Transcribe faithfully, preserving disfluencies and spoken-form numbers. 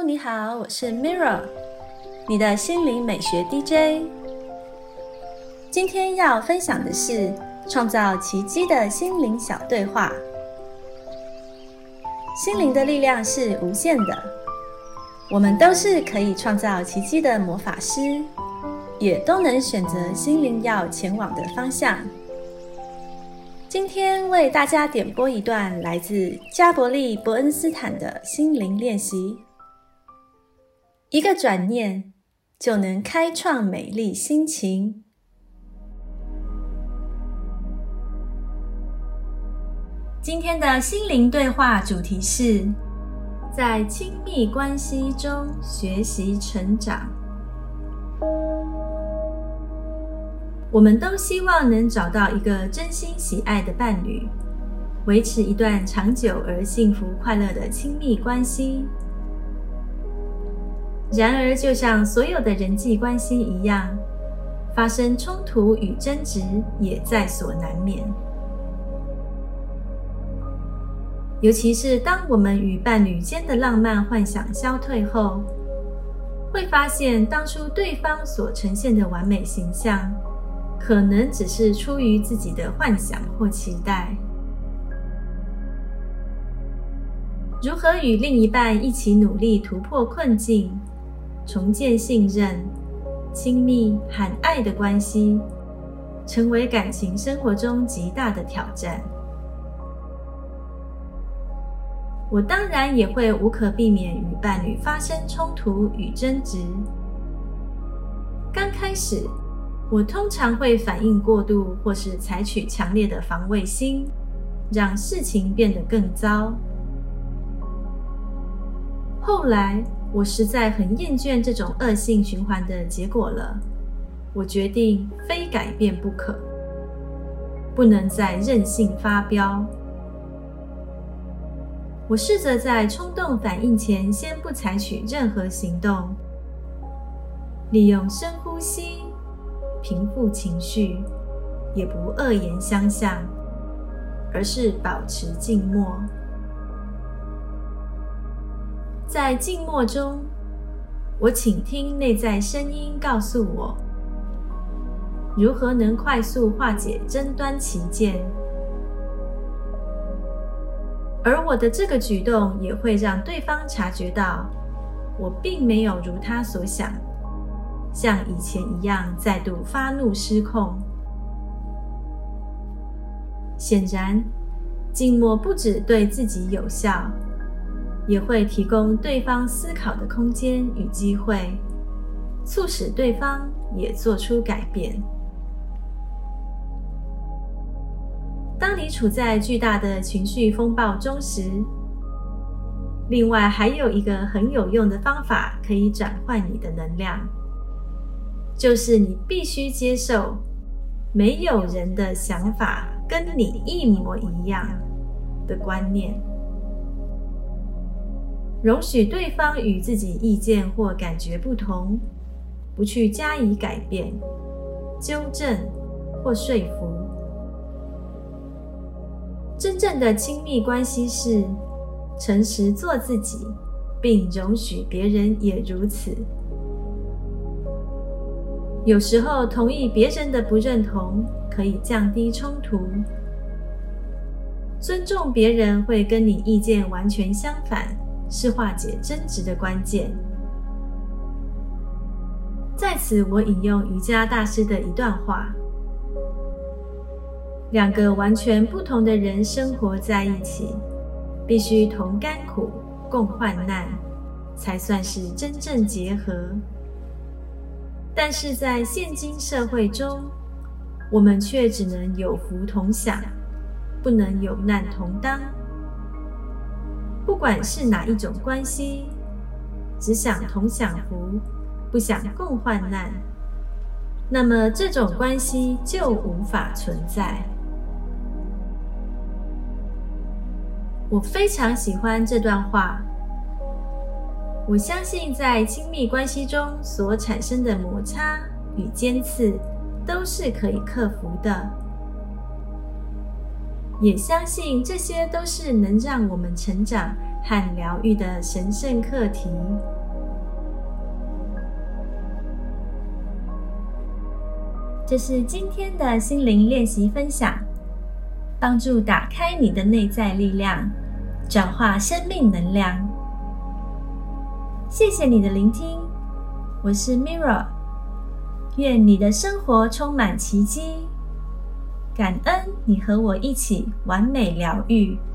Hello， 你好，我是 Mirror， 你的心灵美学 D J。今天要分享的是创造奇迹的心灵小对话。心灵的力量是无限的，我们都是可以创造奇迹的魔法师，也都能选择心灵要前往的方向。今天为大家点播一段来自加伯利·伯恩斯坦的心灵练习。一个转念就能开创美丽心情。今天的心灵对话主题是在亲密关系中学习成长。我们都希望能找到一个真心喜爱的伴侣，维持一段长久而幸福快乐的亲密关系。然而，就像所有的人际关系一样，发生冲突与争执也在所难免。尤其是当我们与伴侣间的浪漫幻想消退后，会发现当初对方所呈现的完美形象，可能只是出于自己的幻想或期待。如何与另一半一起努力突破困境，重建信任、亲密和爱的关系，成为感情生活中极大的挑战。我当然也会无可避免与伴侣发生冲突与争执。刚开始，我通常会反应过度，或是采取强烈的防卫心，让事情变得更糟。后来，我实在很厌倦这种恶性循环的结果了。我决定非改变不可，不能再任性发飙。我试着在冲动反应前先不采取任何行动，利用深呼吸平复情绪，也不恶言相向，而是保持静默。在静默中，我倾听内在声音告诉我，如何能快速化解争端歧见。而我的这个举动也会让对方察觉到，我并没有如他所想，像以前一样再度发怒失控。显然，静默不只对自己有效，也会提供对方思考的空间与机会，促使对方也做出改变。当你处在巨大的情绪风暴中时，另外还有一个很有用的方法可以转换你的能量，就是你必须接受没有人的想法跟你一模一样的观念，容许对方与自己意见或感觉不同，不去加以改变、纠正或说服。真正的亲密关系是诚实做自己，并容许别人也如此。有时候同意别人的不认同可以降低冲突，尊重别人会跟你意见完全相反，是化解争执的关键。在此，我引用瑜伽大师的一段话：两个完全不同的人生活在一起，必须同甘苦，共患难，才算是真正结合。但是在现今社会中，我们却只能有福同享，不能有难同当。不管是哪一种关系，只想同享福，不想共患难，那么这种关系就无法存在。我非常喜欢这段话。我相信在亲密关系中所产生的摩擦与尖刺都是可以克服的，也相信这些都是能让我们成长和疗愈的神圣课题。这是今天的心灵练习分享，帮助打开你的内在力量，转化生命能量。谢谢你的聆听，我是 Mira， 愿你的生活充满奇迹，感恩你和我一起完美疗愈。